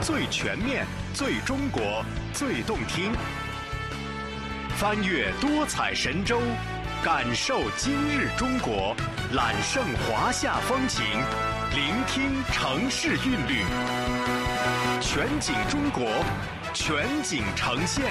最全面、最中国、最动听。翻越多彩神州，感受今日中国，揽胜华夏风情，聆听城市韵律。全景中国，全景呈现。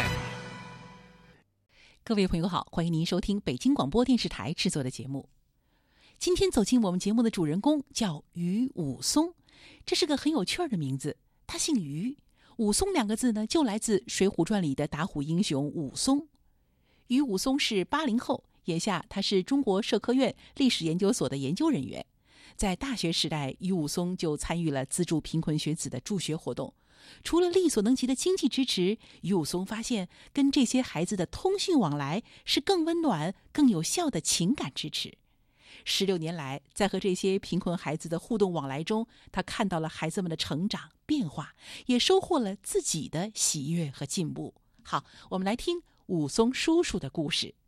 各位朋友好，欢迎您收听北京广播电视台制作的节目。今天走进我们节目的主人公叫于武松，这是个很有趣的名字。他姓于，武松两个字呢，就来自《水浒传》里的打虎英雄武松。于武松是80后，眼下他是中国社科院历史研究所的研究人员。在大学时代，于武松就参与了资助贫困学子的助学活动。除了力所能及的经济支持，于武松发现跟这些孩子的通讯往来是更温暖、更有效的情感支持。16年来，在和这些贫困孩子的互动往来中，他看到了孩子们的成长变化，也收获了自己的喜悦和进步。好，我们来听武松叔叔的故事。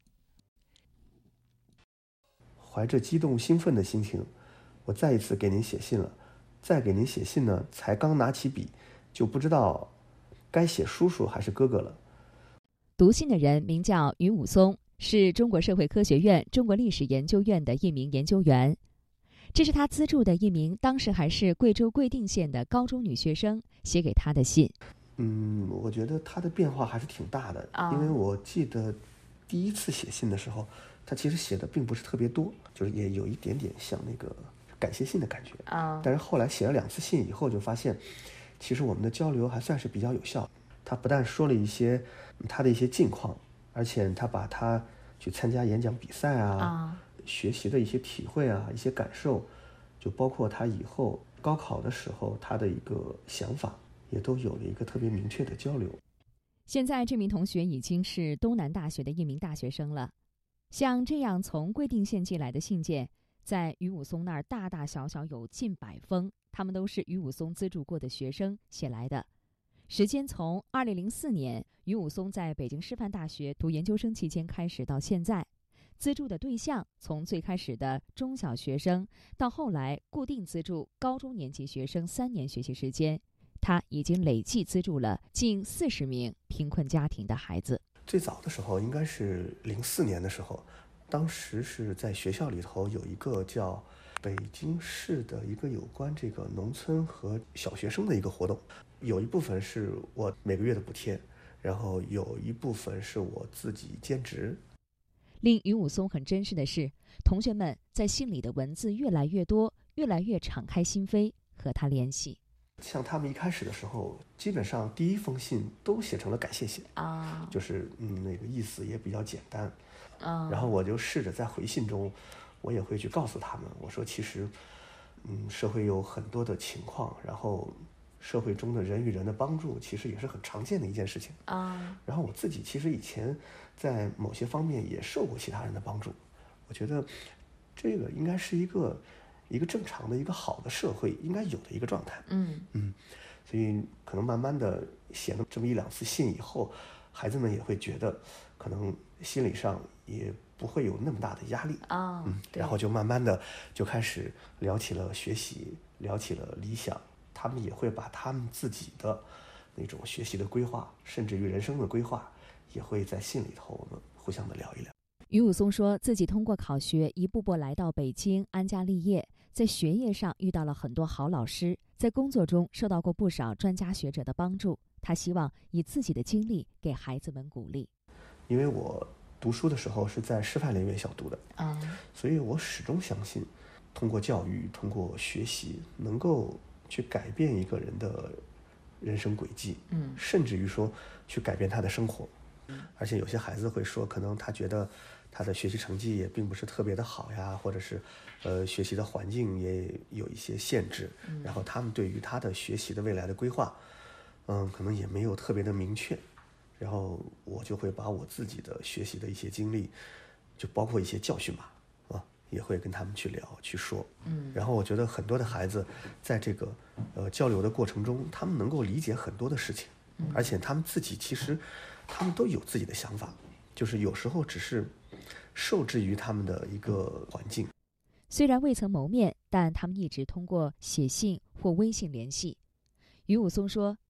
怀着激动兴奋的心情，我再一次给您写信了。再给您写信呢，才刚拿起笔，就不知道该写叔叔还是哥哥了。 读信的人名叫于武松，是中国社会科学院中国历史研究院的一名研究员。这是他资助的一名当时还是贵州贵定县的高中女学生写给他的信。 我觉得他的变化还是挺大的，因为我记得第一次写信的时候，他其实写的并不是特别多，就是也有一点点像那个感谢信的感觉。但是后来写了2次信以后，就发现其实我们的交流还算是比较有效。他不但说了一些他的一些近况，而且他把他去参加演讲比赛学习的一些体会一些感受，就包括他以后高考的时候他的一个想法，也都有了一个特别明确的交流。 现在这名同学已经是东南大学的一名大学生了。像这样从贵定县寄来的信件，在于武松那儿大大小小有近100封，他们都是于武松资助过的学生写来的。时间从2004年于武松在北京师范大学读研究生期间开始到现在，资助的对象从最开始的中小学生，到后来固定资助高中年级学生3年学习时间，他已经累计资助了近40名贫困家庭的孩子。 最早的时候应该是04年的时候，当时是在学校里头有一个叫北京市的一个有关这个农村和小学生的一个活动，有一部分是我每个月的补贴，然后有一部分是我自己兼职。 令于武松很珍视的是，同学们在信里的文字越来越多，越来越敞开心扉和他联系。 像他们一开始的时候，基本上第1封信都写成了感谢信就是那个意思也比较简单然后我就试着在回信中，我也会去告诉他们，我说其实社会有很多的情况，然后社会中的人与人的帮助其实也是很常见的一件事情然后我自己其实以前在某些方面也受过其他人的帮助，我觉得这个应该是一个正常的一个好的社会应该有的一个状态所以可能慢慢的写了这么1-2次信以后，孩子们也会觉得可能心理上也不会有那么大的压力然后就慢慢的就开始聊起了学习，聊起了理想，他们也会把他们自己的那种学习的规划，甚至于人生的规划，也会在信里头我们互相的聊一聊。 于武松说自己通过考学一步步来到北京安家立业，在学业上遇到了很多好老师，在工作中受到过不少专家学者的帮助，他希望以自己的经历给孩子们鼓励。 因为我读书的时候是在师范联院校读的所以我始终相信通过教育，通过学习能够去改变一个人的人生轨迹甚至于说去改变他的生活而且有些孩子会说，可能他觉得他的学习成绩也并不是特别的好呀，或者是学习的环境也有一些限制然后他们对于他的学习的未来的规划可能也没有特别的明确，然后我就会把我自己的学习的一些经历，就包括一些教训吧也会跟他们去聊去说然后我觉得很多的孩子在这个交流的过程中，他们能够理解很多的事情而且他们自己其实他们都有自己的想法，就是有时候只是受制于他们的一个环境。 虽然未曾谋面，但他们一直通过写信或微信联系。于武松说，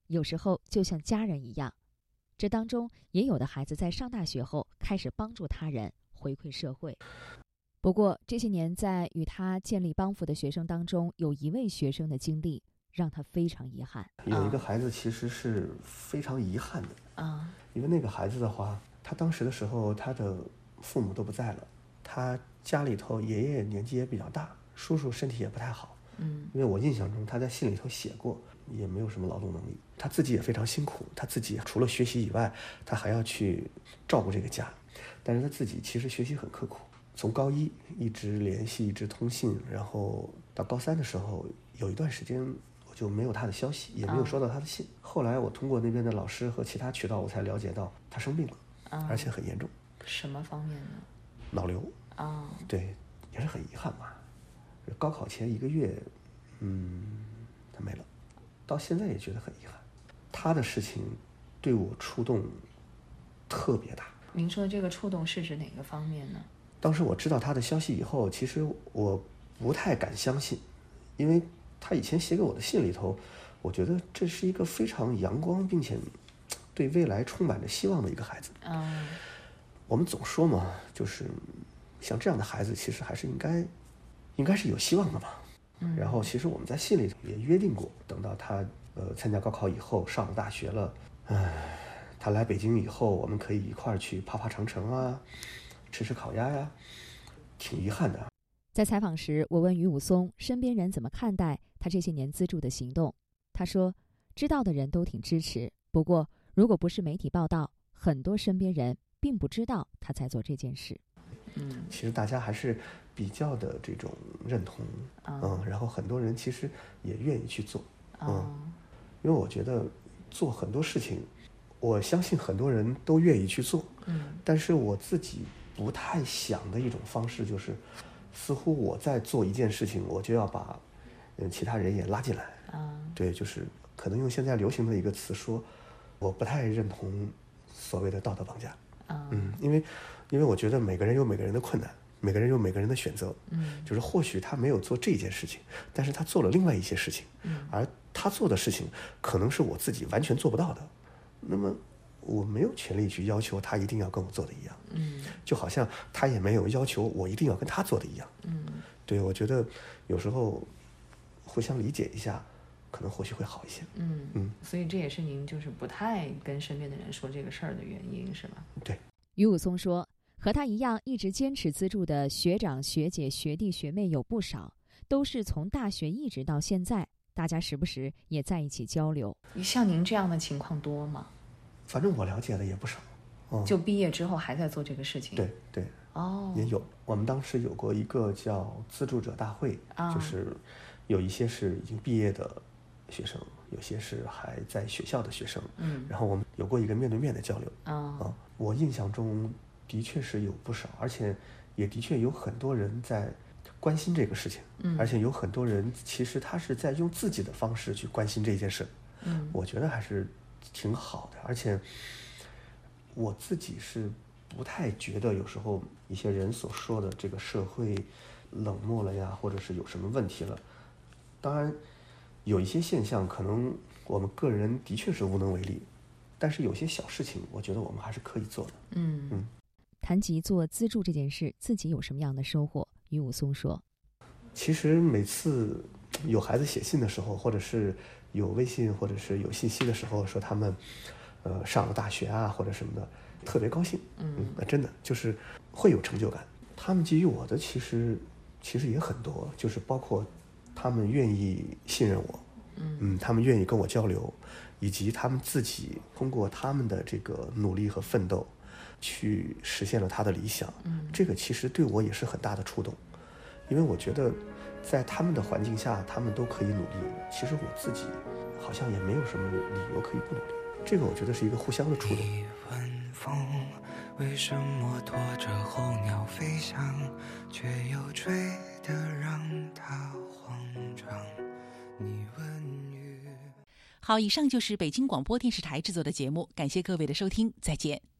有时候就像家人一样。这当中也有的孩子在上大学后开始帮助他人，回馈社会。不过这些年在与他建立帮扶的学生当中，有一位学生的经历让他非常遗憾。 有一个孩子其实是非常遗憾的因为那个孩子的话，他当时的时候他的父母都不在了，他家里头爷爷年纪也比较大，叔叔身体也不太好。因为我印象中他在信里头写过，也没有什么劳动能力，他自己也非常辛苦，他自己除了学习以外，他还要去照顾这个家，但是他自己其实学习很刻苦，从高一一直联系，一直通信，然后到高3的时候，有一段时间我就没有他的消息，也没有收到他的信。后来我通过那边的老师和其他渠道，我才了解到他生病了，而且很严重。 什么方面呢？ 脑瘤对，也是很遗憾嘛。高考前1个月，他没了，到现在也觉得很遗憾。他的事情对我触动特别大。 您说这个触动是指哪个方面呢？ 当时我知道他的消息以后，其实我不太敢相信，因为他以前写给我的信里头，我觉得这是一个非常阳光并且对未来充满着希望的一个孩子。我们总说嘛，就是像这样的孩子其实还是应该是有希望的嘛。然后其实我们在信里头也约定过，等到他参加高考以后上了大学了，他来北京以后，我们可以一块儿去爬爬长城啊，吃烤鸭呀，挺遗憾的。 在采访时，我问于武松身边人怎么看待他这些年资助的行动，他说知道的人都挺支持，不过如果不是媒体报道，很多身边人并不知道他在做这件事。 其实大家还是比较的这种认同，然后很多人其实也愿意去做，因为我觉得做很多事情，我相信很多人都愿意去做，但是我自己不太想的一种方式就是，似乎我在做一件事情，我就要把其他人也拉进来，对，就是可能用现在流行的一个词说，我不太认同所谓的道德绑架，因为我觉得每个人有每个人的困难，每个人有每个人的选择，就是或许他没有做这件事情，但是他做了另外一些事情，而他做的事情可能是我自己完全做不到的，那么我没有权利去要求他一定要跟我做的一样，就好像他也没有要求我一定要跟他做的一样，对，我觉得有时候互相理解一下，可能或许会好一些。 所以这也是您就是不太跟身边的人说这个事儿的原因，是吧？ 对。 于武松说，和他一样一直坚持资助的学长学姐学弟学妹有不少，都是从大学一直到现在，大家时不时也在一起交流。 像您这样的情况多吗？ 反正我了解的也不少， 就毕业之后还在做这个事情。 对，也有。我们当时有过一个叫资助者大会，就是有一些是已经毕业的学生，有些是还在学校的学生，然后我们有过一个面对面的交流，我印象中的确是有不少，而且也的确有很多人在关心这个事情，而且有很多人其实他是在用自己的方式去关心这件事，我觉得还是挺好的，而且我自己是不太觉得有时候一些人所说的这个社会冷漠了呀，或者是有什么问题了，当然有一些现象可能我们个人的确是无能为力，但是有些小事情我觉得我们还是可以做的。 谈及做资助这件事，自己有什么样的收获？于武松说， 其实每次有孩子写信的时候，或者是有微信或者是有信息的时候，说他们上了大学啊或者什么的，特别高兴，真的就是会有成就感。他们给予我的其实也很多，就是包括他们愿意信任我，他们愿意跟我交流，以及他们自己通过他们的这个努力和奋斗去实现了他的理想，这个其实对我也是很大的触动，因为我觉得在他们的环境下他们都可以努力，其实我自己好像也没有什么理由可以不努力，这个我觉得是一个互相的触动。 一吻风，为什么拖着候鸟飞翔，却又追得让它慌张？你问雨。 好，以上就是北京广播电视台制作的节目，感谢各位的收听，再见。